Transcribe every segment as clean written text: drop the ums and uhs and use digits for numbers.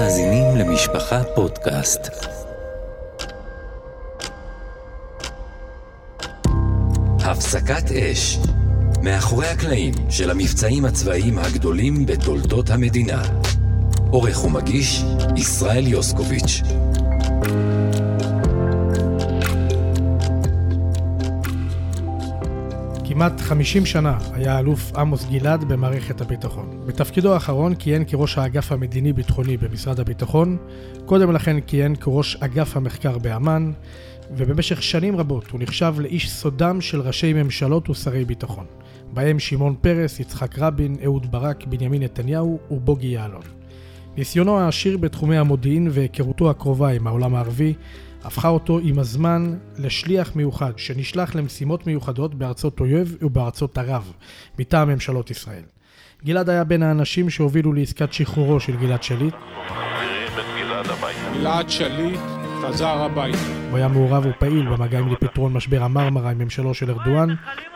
מאזינים למשפחה פודקאסט. הפסקת אש, מאחורי הקלעים של המבצעים הצבאיים הגדולים בתולדות המדינה. עורך ומגיש ישראל יוסקוביץ'. כמעט 50 שנה היה אלוף עמוס גלעד במערכת הביטחון. בתפקידו האחרון כיהן כראש האגף המדיני-ביטחוני במשרד הביטחון, קודם לכן כיהן כראש אגף המחקר באמ"ן, ובמשך שנים רבות הוא נחשב לאיש סודם של ראשי ממשלות ושרי ביטחון, בהם שמעון פרס, יצחק רבין, אהוד ברק, בנימין נתניהו ובוגי יעלון. ניסיונו העשיר בתחומי המודיעין והיכרותו הקרובה עם העולם הערבי הפכה אותו עם הזמן לשליח מיוחד שנשלח למשימות מיוחדות בארצות אויב ובארצות ערב מטעם ממשלות ישראל. גלעד היה בין האנשים שהובילו לעסקת שחרורו של גלעד שליט. גלעד שליט חזר הביתה. הוא היה מעורב ופעיל במגעים לפתרון משבר המרמרה עם ממשלו של ארדואן.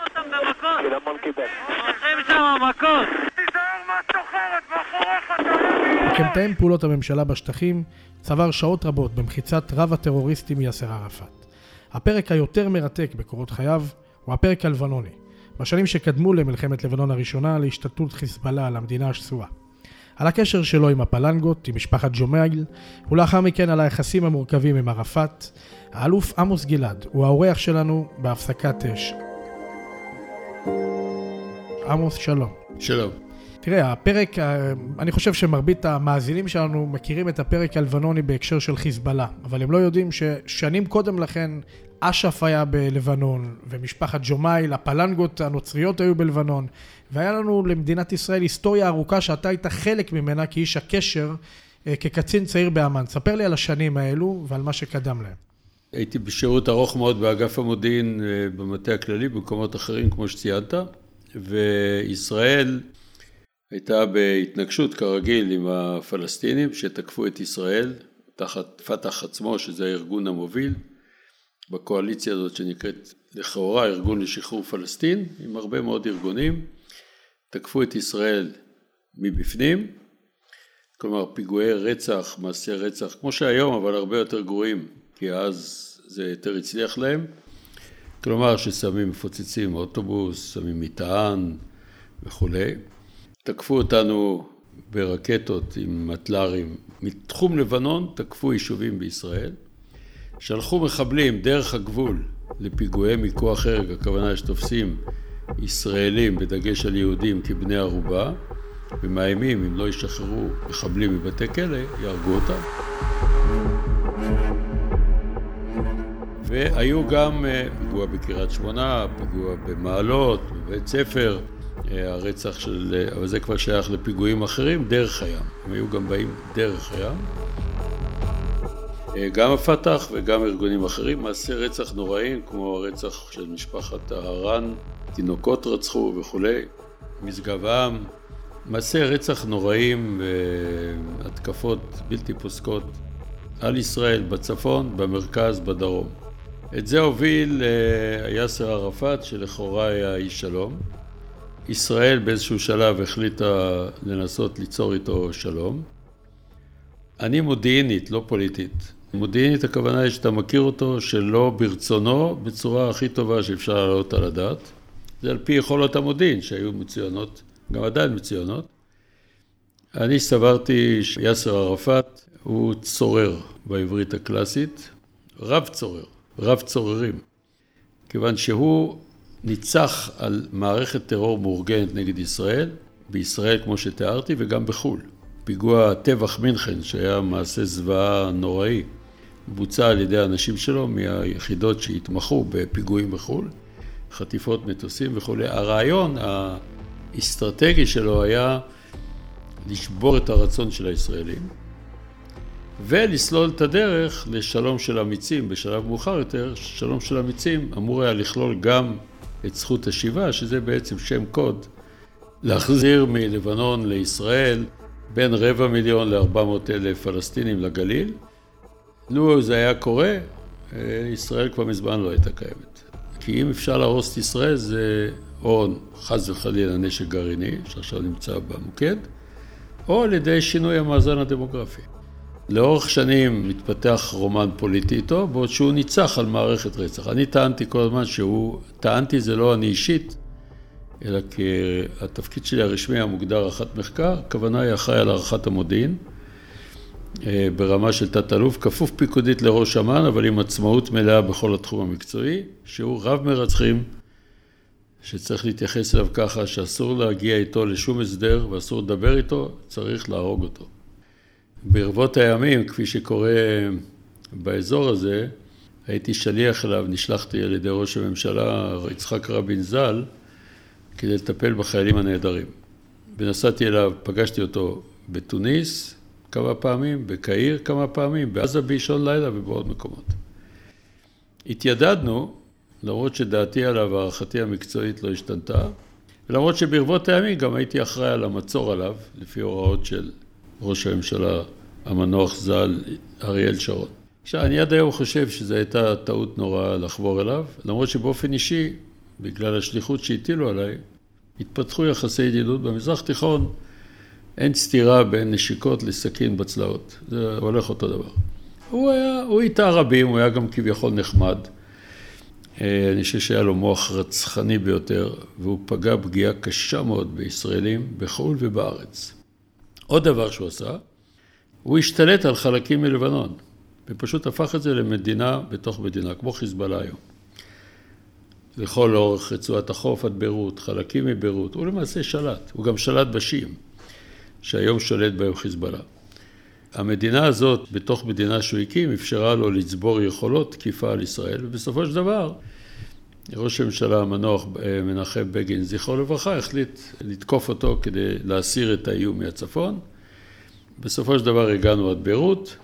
כמתאם פעולות הממשלה בשטחים, צבר שעות רבות במחיצת רב הטרוריסטים יאסר ערפאת. הפרק היותר מרתק בקורות חייו הוא הפרק הלבנוני, בשנים שקדמו למלחמת לבנון הראשונה להשתתפות חיזבאללה על המדינה השסועה. על הקשר שלו עם הפלנגות, עם משפחת ג'ומייל, ולאחר מכן על היחסים המורכבים עם ערפאת. האלוף עמוס גלעד הוא האורח שלנו בהפסקת אש. עמוס, שלום. שלום. תראה, הפרק, אני חושב שמרבית המאזינים שלנו מכירים את הפרק הלבנוני בהקשר של חיזבאללה, אבל הם לא יודעים ששנים קודם לכן אש"ף היה בלבנון, ומשפחת ג'ומייל, הפלנגות הנוצריות היו בלבנון, והיה לנו למדינת ישראל היסטוריה ארוכה שאתה היית חלק ממנה כאיש הקשר, כקצין צעיר באמ"ן. ספר לי על השנים האלו ועל מה שקדם להם. הייתי בשירות ארוך מאוד באגף המודיעין במטה הכללי, במקומות אחרים כמו שציינת, וישראל הייתה בהתנגשות כרגיל עם הפלסטינים שתקפו את ישראל, תחת פתח עצמו, שזה הארגון המוביל, בקואליציה הזאת שנקראת לכאורה ארגון לשחרור פלסטין, עם הרבה מאוד ארגונים, תקפו את ישראל מבפנים, כלומר פיגועי רצח, מעשי רצח, כמו שהיום, אבל הרבה יותר גרועים, כי אז זה יותר הצליח להם, כלומר ששמים מפוצצים אוטובוס, שמים מטען וכו'. תקפו אותנו ברקטות עם מטלרים מתחום לבנון, תקפו יישובים בישראל, שלחו מחבלים דרך הגבול לפיגועי מכוח הרג, הכוונה שתופסים ישראלים בדגש על יהודים כבני ערובה, ומאיימים אם לא ישחררו מחבלים מבתי כלא, יהרגו אותם. והיו גם פיגוע בקריית שמונה, פיגוע במעלות, בבית ספר, הרצח של, אבל זה כבר שייך לפיגועים אחרים, דרך הים. הם היו גם באים דרך הים. גם הפתח וגם ארגונים אחרים, מעשי רצח נוראים, כמו הרצח של משפחת טהרן, תינוקות רצחו וכו', משגב עם, מעשי רצח נוראים והתקפות בלתי פוסקות על ישראל בצפון, במרכז, בדרום. את זה הוביל יאסר ערפאת, שלכאורה היה איש שלום. ישראל באיזשהו שלב החליטה לנסות ליצור איתו שלום. אני מודיעינית, לא פוליטית. מודיעינית הכוונה היא שאתה מכיר אותו שלא ברצונו, בצורה הכי טובה שאפשר לעלות על הדעת. זה על פי יכולות המודיעין שהיו מצוינות, גם עדיין מצוינות. אני סברתי שיאסר ערפאת הוא צורר בעברית הקלאסית, רב צורר, רב צוררים. כיוון שהוא ניצח על מערכת טרור מאורגנת נגד ישראל, בישראל כמו שתיארתי וגם בחול. פיגוע טבח מינכן שהיה מעשה זוועה נוראי, בוצע על ידי האנשים שלו מהיחידות שהתמחו בפיגועים בחול, חטיפות מטוסים וכו'. הרעיון האסטרטגי שלו היה לשבור את הרצון של הישראלים, ולסלול את הדרך לשלום של אמיצים בשלב מאוחר יותר. שלום של אמיצים אמור היה לכלול גם את זכות השיבה, שזה בעצם שם קוד, להחזיר מלבנון לישראל בין 250,000 ל-400,000 פלסטינים לגליל. לו זה היה קורה, ישראל כבר מזמן לא הייתה קיימת. כי אם אפשר להרוס את ישראל זה או חס וחלילה נשק גרעיני, שעכשיו נמצא במוקד, או על ידי שינוי המאזן הדמוגרפי. לאורך שנים מתפתח רומן פוליטי איתו, בעוד שהוא ניצח על מערכת רצח. אני טענתי כל הזמן טענתי זה לא אני אישית, אלא כי התפקיד שלי הרשמי המוגדר הערכת מחקר, הכוונה היא אחראי על הערכת המודיעין, ברמה של תת-אלוף, כפוף פיקודית לראש אמ"ן, אבל עם עצמאות מלאה בכל התחום המקצועי, שהוא רב מרצחים, שצריך להתייחס אליו ככה, שאסור להגיע איתו לשום הסדר, ואסור לדבר איתו, צריך להרוג אותו. ברבות הימים, כפי שקורה באזור הזה, הייתי שליח אליו, נשלחתי על ידי ראש הממשלה, יצחק רבין ז"ל, כדי לטפל בחיילים הנהדרים. ונסעתי אליו, פגשתי אותו בתוניס כמה פעמים, בקהיר כמה פעמים, בעזה באישון לילה ובעוד מקומות. התיידדנו, למרות שדעתי עליו והערכתי המקצועית לא השתנתה, ולמרות שברבות הימים גם הייתי אחראי על המצור עליו, לפי הוראות של ראש הממשלה המנוח ז"ל אריאל שרון. אני עד היום חושב שזו הייתה טעות נוראה לחבור אליו, למרות שבאופן אישי, בגלל השליחות שהטילו עליי, התפתחו יחסי ידידות במזרח תיכון, אין סתירה בין נשיקות לסכין בצלעות, זה הולך אותו דבר. הוא איתה רבים, הוא היה גם כביכול נחמד, אני חושב שהיה לו מוח רצחני ביותר, והוא פגע פגיעה קשה מאוד בישראלים, בחו"ל ובארץ. עוד דבר שהוא עשה, הוא השתלט על חלקים מלבנון, ופשוט הפך את זה למדינה בתוך מדינה, כמו חיזבאללה היום. לכל אורך רצועת החוף עד ביירות, חלקים מביירות, הוא למעשה שלט, הוא גם שלט בשיעים, שהיום שולט בהם חיזבאללה. המדינה הזאת, בתוך מדינה שהוא הקים, אפשרה לו לצבור יכולות תקיפה על ישראל, ובסופו של דבר, ראש הממשלה המנוח מנחם בגין, זכרו לברכה, החליט לתקוף אותו כדי להסיר את האיום מהצפון. בסופו של דבר הגענו עד ביירות,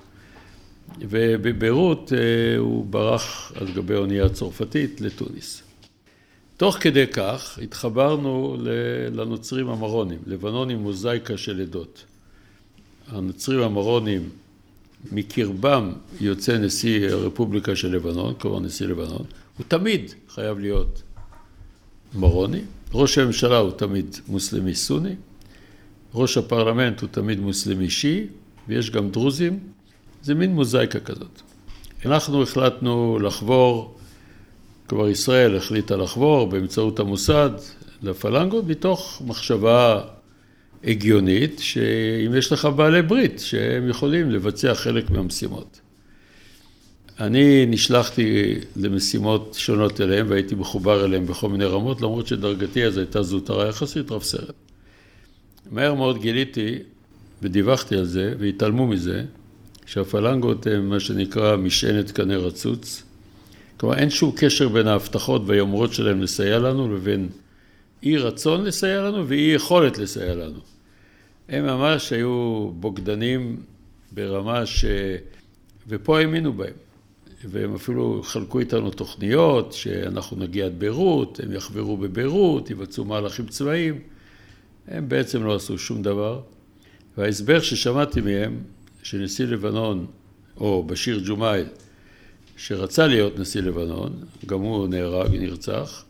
ובביירות הוא ברח על גבי אונייה צרפתית לתוניס. תוך כדי כך התחברנו לנוצרים המרונים, לבנון עם מוזאיקה של עדות. הנוצרים המרונים, מקרבם יוצא נשיא הרפובליקה של לבנון, כלומר נשיא לבנון, הוא תמיד חייב להיות מרוני, ראש הממשלה הוא תמיד מוסלמי סוני, ראש הפרלמנט הוא תמיד מוסלמי שיעי, ויש גם דרוזים, זה מין מוזאיקה כזאת. אנחנו החלטנו לחבור, כבר ישראל החליטה לחבור באמצעות המוסד לפלנגות, מתוך מחשבה הגיונית, שאם יש לך בעלי ברית, שהם יכולים לבצע חלק מהמשימות. אני נשלחתי למשימות שונות אליהם, והייתי מחובר אליהם בכל מיני רמות, למרות שדרגתי אז הייתה זוטרה יחסית, רב סרן. מהר מאוד גיליתי, ודיווחתי על זה, והתעלמו מזה, שהפלנגות הם מה שנקרא משענת קנה רצוץ. כלומר, אין שום קשר בין ההבטחות והיומרות שלהם לסייע לנו, לבין אי רצון לסייע לנו ואי יכולת לסייע לנו. הם ממש היו בוגדנים ברמה ופה האמינו בהם. והם אפילו חלקו איתנו תוכניות, שאנחנו נגיע עד ביירות, הם יחברו בביירות, יבצעו מהלכים צבאיים. הם בעצם לא עשו שום דבר. וההסבר ששמעתי מהם, שנשיא לבנון, או בשיר ג'ומייל, שרצה להיות נשיא לבנון, גם הוא נהרג, נרצח,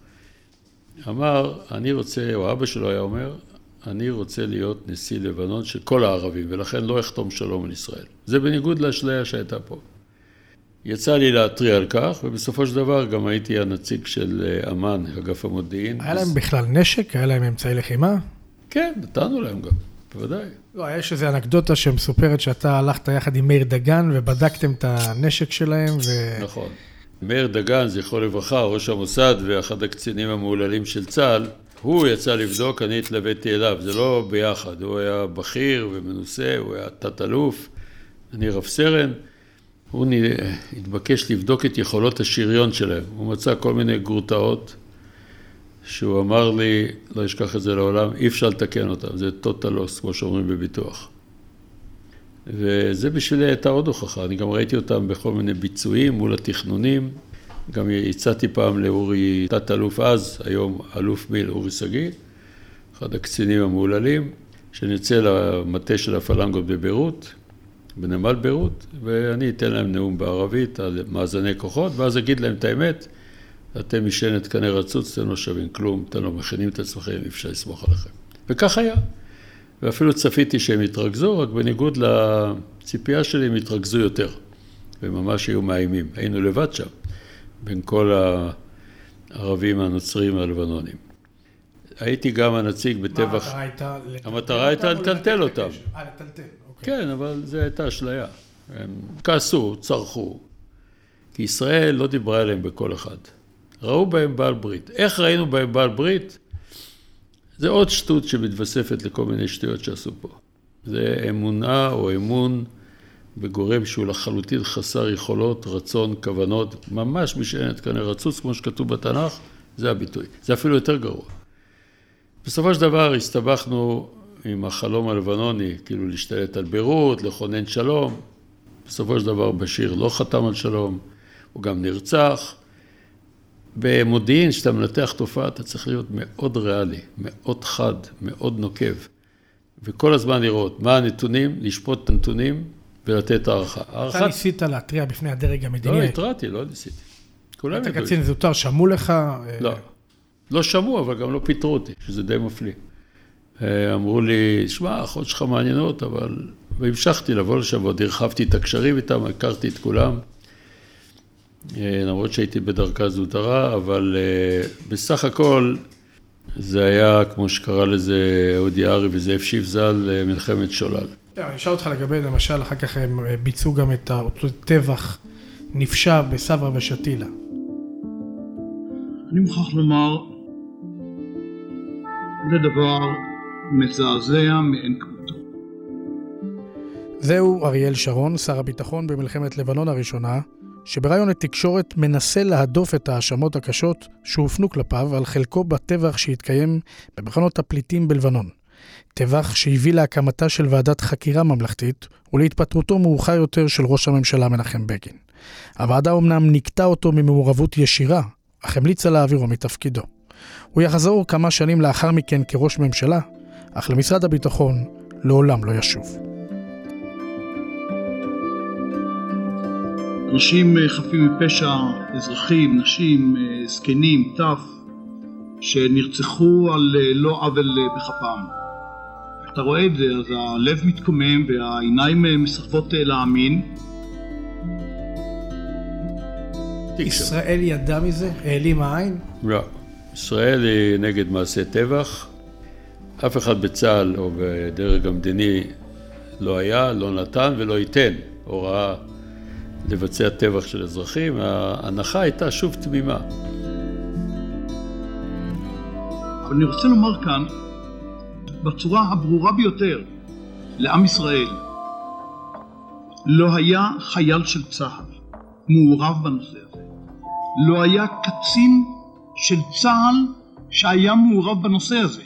אמר, אני רוצה, או אבא שלו היה אומר, אני רוצה להיות נשיא לבנון של כל הערבים, ולכן לא אחתום שלום על ישראל. זה בניגוד לאשליה שהייתה פה. יצא לי להתריע על כך, ובסופו של דבר גם הייתי הנציג של אמ"ן, אגף המודיעין. היה להם בכלל נשק? היה להם אמצעי לחימה? כן, נתנו להם גם, בוודאי. לא, יש איזו אנקדוטה שמסופרת שאתה הלכת יחד עם מאיר דגן, ובדקתם את הנשק שלהם. נכון. מאיר דגן, זכרו לברכה, ראש המוסד ואחד הקצינים המעוללים של צה"ל, הוא יצא לבדוק, אני התלוויתי אליו, זה לא ביחד, הוא היה בכיר ומנוסה, הוא היה תת-אלוף, אני רב סרן, הוא התבקש לבדוק את יכולות השריון שלהם, הוא מצא כל מיני גרוטאות, שהוא אמר לי, לא אשכח את זה לעולם, אי אפשר לתקן אותם, זה total loss, כמו שאומרים בביטוח. וזה בשבילי הייתה עוד הוכחה, אני גם ראיתי אותם בכל מיני ביצועים מול התכנונים, גם הצעתי פעם לאורי תת-אלוף אז, היום אלוף מיל אורי סגי, אחד הקצינים המעוללים, שנצא למטה של הפלנגות בביירות, בנמל ביירות, ואני אתן להם נאום בערבית על מאזני כוחות, ואז אגיד להם את האמת, אתם משענת קנה רצוץ, אתם לא שווים כלום, אתם לא מכינים את עצמכם, אי אפשר לסמוך עליכם. וכך היה. ואפילו צפיתי שהם התרכזו, רק בניגוד ציפייה שלי הם התרכזו יותר, וממש היו מאיימים. היינו לבד שם, בין כל הערבים, הנוצרים והלבנונים. הייתי גם הנציג בטבח... המטרה הייתה לטלטל אותם. לטלטל, אוקיי. כן, אבל זו הייתה אשליה. הם כעסו, צרחו, כי ישראל לא דיברה אליהם בכל אחד. ראו בהם בעל ברית. איך ראינו בהם בעל ברית? זה עוד שטות שמתווספת לכל מיני שטויות שעשו פה. זה אמונה או אמון בגורם שהוא לחלוטין חסר יכולות, רצון, כוונות, ממש משענת כנראה רצוץ, כמו שכתוב בתנ"ך, זה הביטוי. זה אפילו יותר גרוע. בסופו של דבר הסתבכנו עם החלום הלבנוני, כאילו להשתלט על ביירות, לכונן שלום. בסופו של דבר בשיר לא חתם על שלום, הוא גם נרצח. במודיעין, שאתה מנתח תופעה, אתה צריך להיות מאוד ריאלי, מאוד חד, מאוד נוקב. וכל הזמן לראות מה הנתונים, לשפוט את הנתונים ולתת הערכה. אתה ניסית להתריע בפני הדרג המדיני? לא, התרעתי, לא ניסיתי. כולם אתה קצין זוטר, שמעו לך? לא, לא שמעו, אבל גם לא פיתרו אותי, שזה די מפליא. אמרו לי, שמע, האחות שלך מעניינות, אבל... והמשכתי לבוא לשם, ועוד הרחבתי את הקשרים איתם, הכרתי את כולם. למרות שהייתי בדרכה זוטרה, אבל בסך הכל זה היה, כמו שקרא לזה אודי ארי וזאב שיבזל, מלחמת שולל. אני אשאל אותך לגבי, למשל, אחר כך הם ביצעו גם את אותו טבח נפשע בסברה ושתילה. אני מוכרח לומר, זה דבר מזעזע מאין כמותו. זהו אריאל שרון, שר הביטחון במלחמת לבנון הראשונה, שברעיון לתקשורת מנסה להדוף את האשמות הקשות שהופנו כלפיו על חלקו בטבח שהתקיים במחנות הפליטים בלבנון. טבח שהביא להקמתה של ועדת חקירה ממלכתית ולהתפטרותו מאוחר יותר של ראש הממשלה מנחם בגין. הוועדה אומנם נקטה אותו ממעורבות ישירה, אך המליצה להעבירו מתפקידו. הוא יחזור כמה שנים לאחר מכן כראש ממשלה, אך למשרד הביטחון לעולם לא ישוב. אנשים חפים מפשע, אזרחים, נשים, זקנים, טף, שנרצחו על לא עוול בכפם. אתה רואה את זה, אז הלב מתקומם והעיניים מסרבות להאמין. ישראל ידע מזה? העלים העין? לא. ישראל היא נגד מעשי טבח. אף אחד בצה"ל או בדרג המדיני לא היה, לא נתן ולא ייתן הוראה לבצע טבח של אזרחים. ההנחה הייתה שוב תמימה. אבל אני רוצה לומר כאן, בצורה הברורה ביותר, לעם ישראל, לא היה חייל של צה"ל מעורב בנושא הזה. לא היה קצין של צה"ל שהיה מעורב בנושא הזה.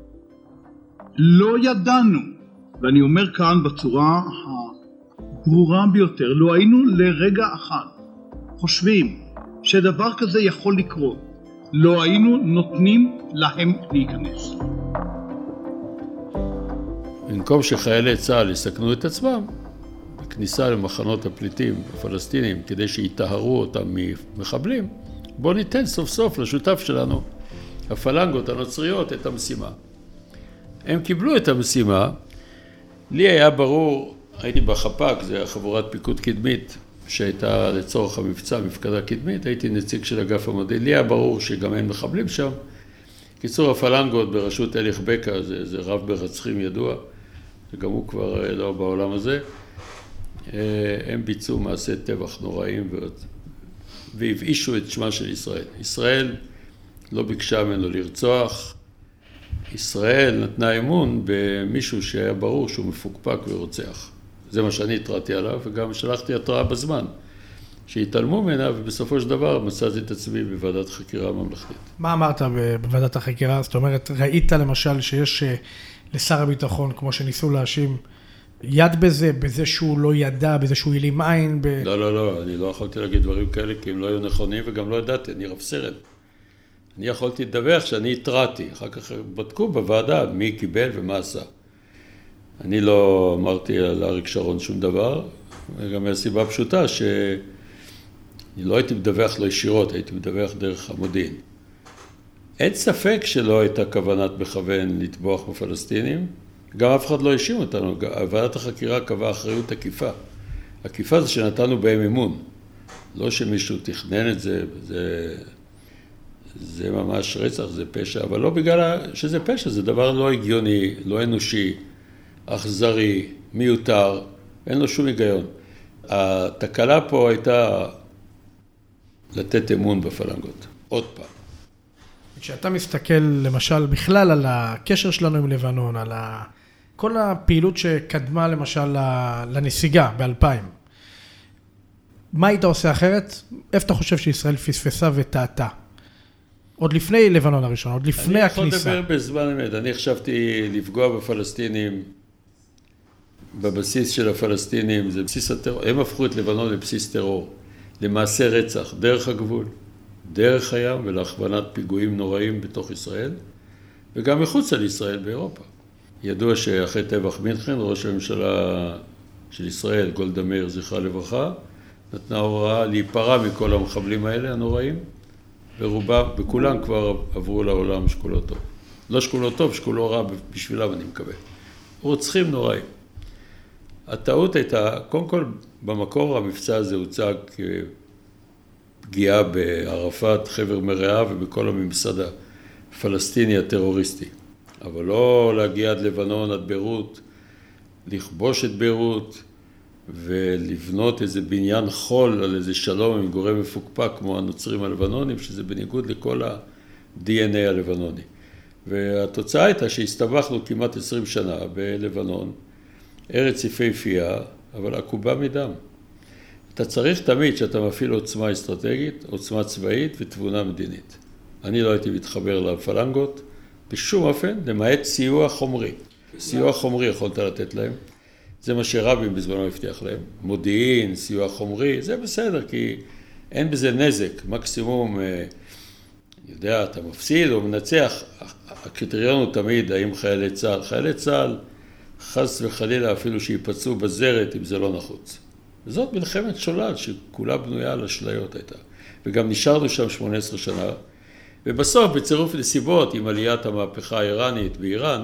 לא ידענו, ואני אומר כאן בצורה הברורה ביותר, לא היינו לרגע אחד חושבים שדבר כזה יכול לקרות. לא היינו נותנים להם להיכנס. במקום שחיילי צה"ל יסכנו את עצמם, בכניסה למחנות הפליטים הפלסטינים, כדי שיטהרו אותם ממחבלים, בוא ניתן סוף סוף לשותף שלנו, הפלנגות הנוצריות, את המשימה. הם קיבלו את המשימה, לי היה ברור, הייתי בחפ"ק, זה חבורת פיקוד קדמית, שהייתה לצורך המבצע, מפקדה קדמית, הייתי נציג של אגף המודיעין, לי היה ברור שגם אין מחבלים שם. קיצור, הפלנגות בראשות אליך בקה, זה רב ברצחים ידוע, וגם הוא כבר לא בעולם הזה, הם ביצעו מעשי טבח נוראים והבאישו את שמה של ישראל. ישראל לא ביקשה ממנו לרצוח, ישראל נתנה אמון במישהו שהיה ברור שהוא מפוקפק ורוצח. זה מה שאני התרעתי עליו, וגם שלחתי התראה בזמן, שהתעלמו ממנה, ובסופו של דבר מצאתי את עצמי בוועדת חקירה ממלכתית. מה אמרת בוועדת החקירה? זאת אומרת, ראית למשל שיש לשר הביטחון, כמו שניסו להאשים, יד בזה שהוא לא ידע, בזה שהוא העלים עין? לא, אני לא יכולתי להגיד דברים כאלה, כי הם לא היו נכונים, וגם לא ידעתי, אני רב סרן. אני יכולתי לדווח שאני התרעתי, אחר כך בדקו בוועדה מי קיבל ומה עשה. אני לא אמרתי על אריק שרון שום דבר, וגם מהסיבה פשוטה שאני לא הייתי מדווח לו ישירות, הייתי מדווח דרך המודיעין. אין ספק שלא הייתה כוונת מכוון לטבוח בפלסטינים, גם אף אחד לא האשים אותנו, ועדת החקירה קבעה אחריות עקיפה. עקיפה זה שנתנו בהם אמון, לא שמישהו תכנן את זה, זה ממש רצח, זה פשע, אבל לא בגלל שזה פשע, זה דבר לא הגיוני, לא אנושי, אכזרי, מיותר, אין לו שום היגיון. התקלה פה הייתה לתת אמון בפלנגות, עוד פעם. כשאתה מסתכל למשל בכלל על הקשר שלנו עם לבנון, על כל הפעילות שקדמה למשל לנסיגה ב-2000, מה היית עושה אחרת? איפה אתה חושב שישראל פספסה וטעתה? עוד לפני לבנון הראשון, עוד לפני הכניסה. אני יכול לדבר בזמן אמת. אני חשבתי לפגוע בפלסטינים, בבסיס של הפלסטינים, זה בסיס הטרור. הם הפכו את לבנון לבסיס טרור, למעשה רצח, דרך הגבול, דרך הים ולהכוונת פיגועים נוראים בתוך ישראל, וגם מחוץ על ישראל באירופה. ידוע שאחרי טבח מינכן, ראש הממשלה של ישראל, גולדה מאיר, זכרה לברכה, נתנה הוראה להיפרע מכל המחבלים האלה הנוראים, ורובם, וכולם כבר עברו לעולם שקולו טוב. לא שקולו טוב, שקולו רע בשבילם אני מקווה. רוצחים נוראים. הטעות הייתה, קודם כל, במקור המבצע הזה הוצג כפגיעה בערפאת, חבר מרעיו ובכל הממסד הפלסטיני הטרוריסטי. אבל לא להגיע עד לבנון, עד ביירות, לכבוש את ביירות ולבנות איזה בניין חול על איזה שלום עם גורם מפוקפק כמו הנוצרים הלבנונים, שזה בניגוד לכל ה-DNA הלבנוני. והתוצאה הייתה שהסתבכנו כמעט 20 שנה בלבנון, ארץ יפהפייה, אבל עקובה מדם. אתה צריך תמיד שאתה מפעיל עוצמה אסטרטגית, עוצמה צבאית ותבונה מדינית. אני לא הייתי מתחבר לפלנגות, בשום אופן, למעט סיוע חומרי. סיוע חומרי יכולת לתת להם. זה מה שרבין בזמנו הבטיח להם. מודיעין, סיוע חומרי, זה בסדר, כי אין בזה נזק. מקסימום, יודע, אתה מפסיד או מנצח. הקריטריון הוא תמיד, האם חיילי צה"ל. חיילי צה"ל, חס וחלילה אפילו שיפצעו בזרת, אם זה לא נחוץ. וזאת מלחמת שולל, שכולה בנויה על אשליות הייתה. וגם נשארנו שם 18 שנה. ובסוף, בצירוף נסיבות, עם עליית המהפכה האיראנית באיראן,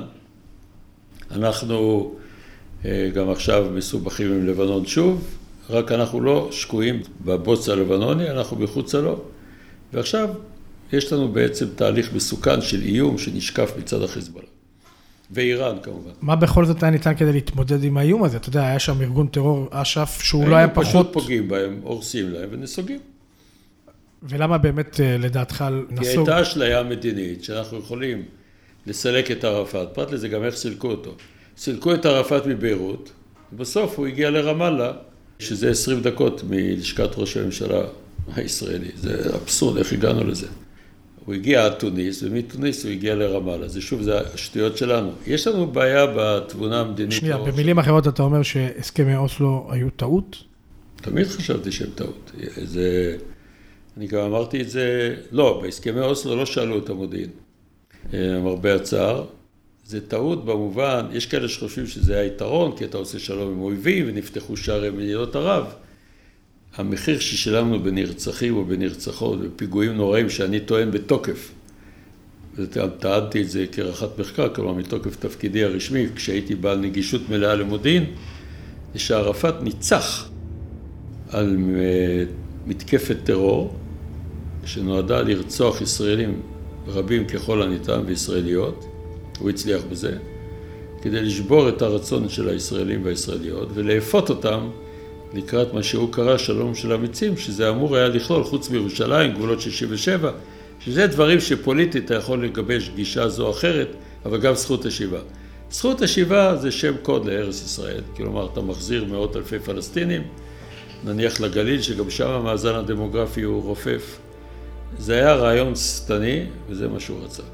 אנחנו גם עכשיו מסובכים עם לבנון שוב, רק אנחנו לא שקועים בבוץ הלבנוני, אנחנו מחוצה לו. ועכשיו יש לנו בעצם תהליך מסוכן של איום שנשקף מצד החיזבאללה. ואיראן כמובן. מה בכל זאת היה ניתן כדי להתמודד עם האיום הזה? אתה יודע, היה שם ארגון טרור אש"ף שהוא לא היה פחות... פשוט פוגעים בהם, הורסים להם ונסוגים. ולמה באמת לדעתך נסוג? כי הייתה אשליה מדינית שאנחנו יכולים לסלק את ערפאת. פרט לזה גם איך סילקו אותו. סילקו את ערפאת מביירות, ובסוף הוא הגיע לרמאללה, שזה 20 דקות מלשכת ראש הממשלה הישראלי. זה אבסורד, איך הגענו לזה. הוא הגיע עד תוניס, ומתוניס הוא הגיע לרמאללה. זה שוב, זה השטויות שלנו. יש לנו בעיה בתבונה המדינית. שנייה, במילים אחרות אתה אומר שהסכמי אוסלו היו טעות? תמיד חשבתי שהם טעות. אני גם אמרתי את זה, לא, בהסכמי אוסלו לא שאלו את המודיעין. מרבה הצער. זה טעות במובן, יש כאלה שחושבים שזה היה יתרון, כי אתה עושה שלום עם אויבים ונפתחו שערי מדינות ערב. המחיר ששילמנו בנרצחים או בנרצחות ופיגועים נוראים שאני טוען בתוקף, וטענתי את זה כרחת מחקר, כלומר מתוקף תפקידי הרשמי, כשהייתי בעל נגישות מלאה למודיעין, שערפאת ניצח על מתקפת טרור, שנועדה לרצוח ישראלים רבים ככל הניתן וישראליות, הוא הצליח בזה, כדי לשבור את הרצון של הישראלים והישראליות ולהפות אותם לקראת מה שהוא קרא שלום של אמיצים, שזה אמור היה לכלול חוץ מירושלים, גבולות 67, שזה דברים שפוליטית אתה יכול לגבש גישה זו או אחרת, אבל גם זכות השיבה. זכות השיבה זה שם קוד לארץ ישראל, כלומר אתה מחזיר מאות אלפי פלסטינים, נניח לגליל שגם שם המאזן הדמוגרפי הוא רופף. זה היה רעיון שטני וזה מה שהוא רצה.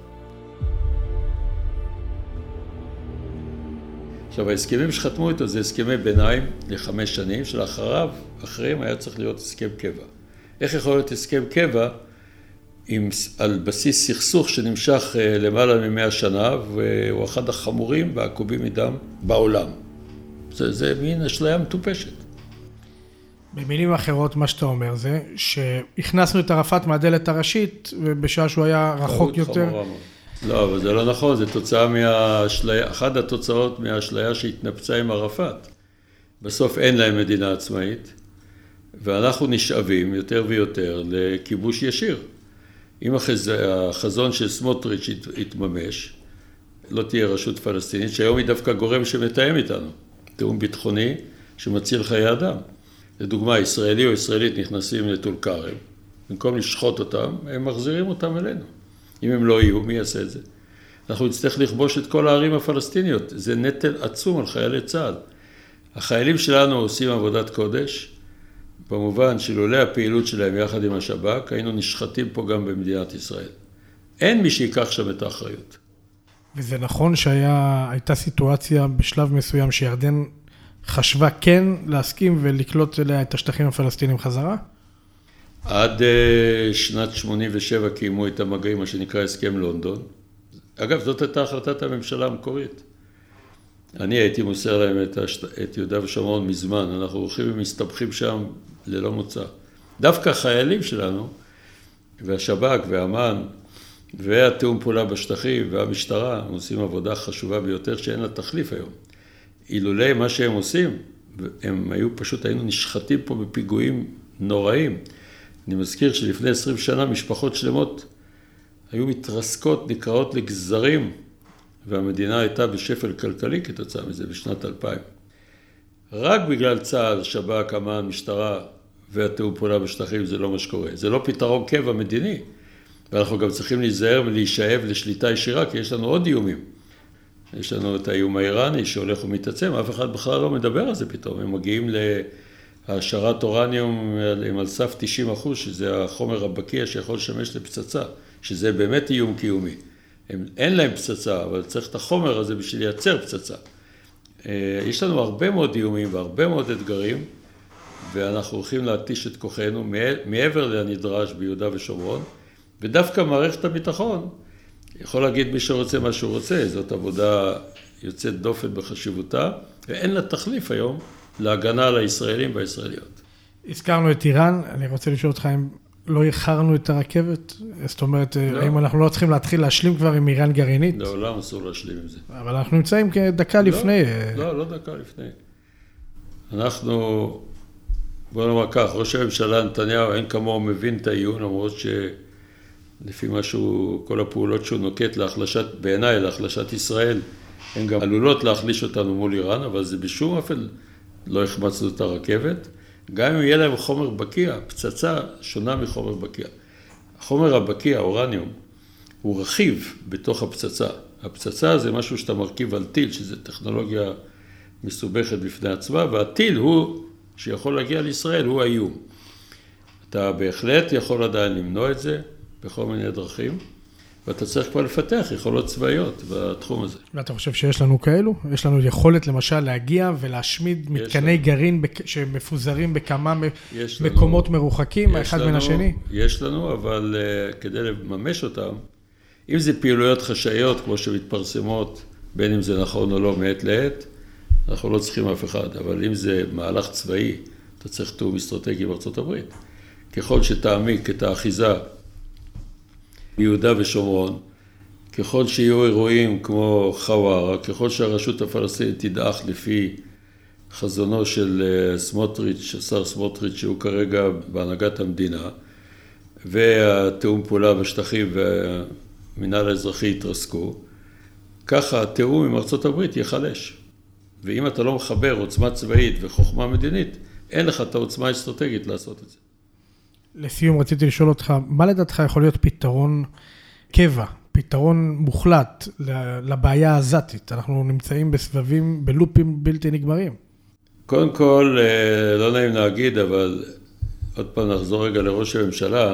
עכשיו, ההסכמים שחתמו איתו זה הסכמי ביניים ל5 שנים, שלאחריהם היה צריך להיות הסכם קבע. איך יכול להיות הסכם קבע על בסיס סכסוך שנמשך למעלה מ100 שנה, והוא אחד החמורים והעקובים מדם בעולם. זה מין אשליה מטופשת. במילים אחרות, מה שאתה אומר זה שהכנסנו את ערפאת מהדלת הראשית, ובשעה שהוא היה רחוק יותר, לא, אבל זה לא נכון, זה תוצאה אחת התוצאות מהאשליה שהתנפצה עם ערפאת. בסוף אין להם מדינה עצמאית, ואנחנו נשאבים יותר ויותר לכיבוש ישיר. אם החזון של סמוטריץ' יתממש, לא תהיה רשות פלסטינית, שהיום היא דווקא גורם שמתאם איתנו. תאום ביטחוני שמציל חיי אדם. לדוגמה, ישראלי או ישראלית נכנסים לטול כרם, במקום לשחוט אותם, הם מחזירים אותם אלינו. אם הם לא יהיו, מי יעשה את זה? אנחנו נצטרך לכבוש את כל הערים הפלסטיניות. זה נטל עצום על חיילי צה"ל. החיילים שלנו עושים עבודת קודש, במובן שלולא הפעילות שלהם יחד עם השב"כ, היינו נשחטים פה גם במדינת ישראל. אין מי שיקח שם את האחריות. וזה נכון שהייתה סיטואציה בשלב מסוים שירדן חשבה כן להסכים ולקלוט אליה את השטחים הפלסטינים חזרה? עד שנת 87 קיימו את המגעים, מה שנקרא הסכם לונדון. אגב, זאת הייתה החלטת הממשלה המקורית. אני הייתי מוסר להם את יהודה ושומרון מזמן, אנחנו הולכים ומסתבכים שם ללא מוצא. דווקא החיילים שלנו, והשב"כ והאמן, והתאום פעולה בשטחים והמשטרה, הם עושים עבודה חשובה ביותר שאין לה תחליף היום. אילולא מה שהם עושים, היינו נשחטים פה בפיגועים נוראים. אני מזכיר שלפני 20 שנה משפחות שלמות היו מתרסקות, נקראות לגזרים, והמדינה הייתה בשפל כלכלי כתוצאה מזה בשנת 2000. רק בגלל צה"ל, שב"כ, אמ"ן, משטרה והתאום פעולה בשטחים זה לא מה שקורה. זה לא פתרון קבע מדיני, ואנחנו גם צריכים להיזהר ולהישאב לשליטה ישירה, כי יש לנו עוד איומים. יש לנו את האיום האיראני שהולך ומתעצם, אף אחד בכלל לא מדבר על זה פתאום. הם מגיעים להעשרת אורניום על סף 90%, שזה החומר הבקיע שיכול לשמש לפצצה, שזה באמת איום קיומי. אין להם פצצה, אבל צריך את החומר הזה בשביל לייצר פצצה. יש לנו הרבה מאוד איומים והרבה מאוד אתגרים, ואנחנו הולכים להתיש את כוחנו מעבר לנדרש ביהודה ושומרון, ודווקא מערכת הביטחון יכול להגיד מי שרוצה מה שהוא רוצה, זאת עבודה יוצאת דופן בחשיבותה, ואין לה תחליף היום להגנה על הישראלים והישראליות. הזכרנו את איראן, אני רוצה לשאול אותך אם לא איחרנו את הרכבת? זאת אומרת, האם אנחנו לא צריכים להתחיל להשלים כבר עם איראן גרעינית? לעולם אסור להשלים עם זה. אבל אנחנו נמצאים כדקה לפני. לא דקה לפני. אנחנו, בוא נאמר כך, ראש הממשלה נתניהו אין כמוהו מבין את האיום, למרות שלפי משהו, כל הפעולות שהוא נוקט בעיניי להחלשת ישראל, הן גם עלולות להחליש אותנו מול איראן, אבל זה בשום אופן לא החמצנו את הרכבת. גם אם יהיה להם חומר בקיע, פצצה שונה מחומר בקיע. החומר הבקיע, אורניום, הוא רכיב בתוך הפצצה. הפצצה זה משהו שאתה מרכיב על טיל, שזה טכנולוגיה מסובכת בפני עצמה, והטיל הוא, שיכול להגיע לישראל, הוא האיום. אתה בהחלט יכול עדיין למנוע את זה בכל מיני דרכים, ואתה צריך כבר לפתח יכולות צבאיות בתחום הזה. ואתה חושב שיש לנו כאלו? יש לנו יכולת למשל להגיע ולהשמיד מתקני גרעין שמפוזרים בכמה מקומות מרוחקים, האחד מן השני? יש לנו, אבל כדי לממש אותם, אם זה פעילויות חשאיות כמו שמתפרסמות, בין אם זה נכון או לא מעת לעת, אנחנו לא צריכים אף אחד, אבל אם זה מהלך צבאי, אתה צריך תאום אסטרטגי בארצות הברית. ככל שתעמיק את האחיזה ביהודה ושומרון, ככל שיהיו אירועים כמו חווארה, ככל שהרשות הפלסטינית תדעך לפי חזונו של סמוטריץ', השר סמוטריץ', שהוא כרגע בהנהגת המדינה, והתאום פעולה בשטחים והמינהל האזרחי יתרסקו, ככה התאום עם ארצות הברית יחלש. ואם אתה לא מחבר עוצמה צבאית וחוכמה מדינית, אין לך את העוצמה האסטרטגית לעשות את זה. לסיום רציתי לשאול אותך, מה לדעתך יכול להיות פתרון קבע, פתרון מוחלט לבעיה העזתית? אנחנו נמצאים בסבבים, בלופים בלתי נגמרים. קודם כל, לא נעים להגיד, אבל עוד פעם נחזור רגע לראש הממשלה,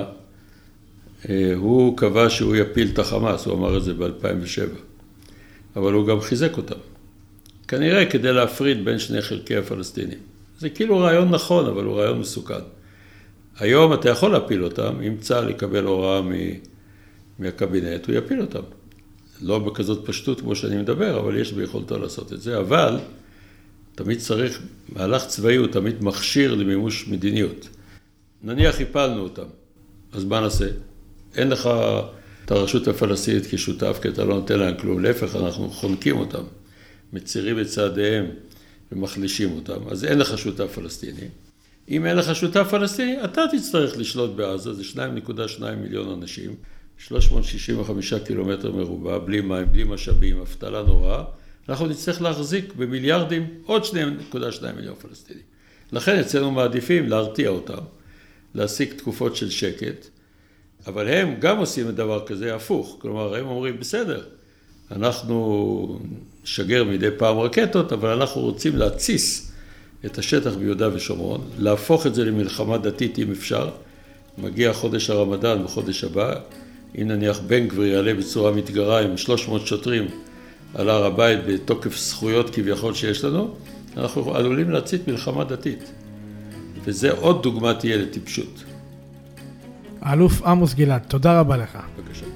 הוא קבע שהוא יפיל את החמאס, הוא אמר את זה ב-2007, אבל הוא גם חיזק אותם. כנראה כדי להפריד בין שני חלקי הפלסטינים. זה כאילו רעיון נכון, אבל הוא רעיון מסוכן. היום אתה יכול להפיל אותם, אם צה"ל יקבל הוראה מהקבינט, הוא יפיל אותם. לא בכזאת פשטות כמו שאני מדבר, אבל יש ביכולתו לעשות את זה. אבל תמיד צריך, מהלך צבאי הוא תמיד מכשיר למימוש מדיניות. נניח הפלנו אותם, אז מה נעשה? אין לך את הרשות הפלסטינית כשותף, כי אתה לא נותן להם כלום, להפך, אנחנו חונקים אותם, מצירים את צעדיהם ומחלישים אותם, אז אין לך שותף פלסטיני. אם אין לך שותף פלסטיני, אתה תצטרך לשלוט בעזה, זה 2.2 מיליון אנשים, 365 קילומטר מרובע, בלי מים, בלי משאבים, אבטלה נוראה, אנחנו נצטרך להחזיק במיליארדים עוד 2.2 מיליון פלסטינים. לכן אצלנו מעדיפים להרתיע אותם, להשיג תקופות של שקט, אבל הם גם עושים את דבר כזה הפוך, כלומר הם אומרים בסדר, אנחנו שגר מדי פעם רקטות, אבל אנחנו רוצים להציס את השטח ביהודה ושומרון, להפוך את זה למלחמה דתית אם אפשר, מגיע חודש הרמדאן בחודש הבא, אם נניח בן גביר יעלה בצורה מתגרה עם 300 שוטרים על הר הבית בתוקף זכויות כביכול שיש לנו, אנחנו עלולים להצית מלחמה דתית. וזה עוד דוגמה תהיה לטיפשות. האלוף עמוס גלעד, תודה רבה לך. בבקשה.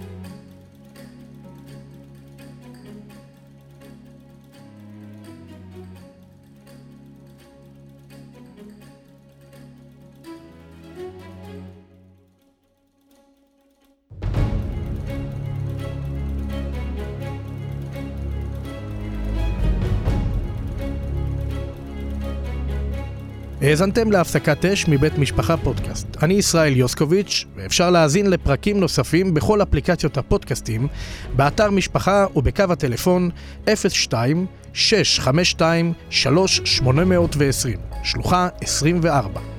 האזנתם להפסקת אש מבית משפחה פודקאסט. אני ישראל יוסקוביץ', ואפשר להאזין לפרקים נוספים בכל אפליקציות הפודקאסטים, באתר משפחה ובקו הטלפון 02-652-3820, שלוחה 24.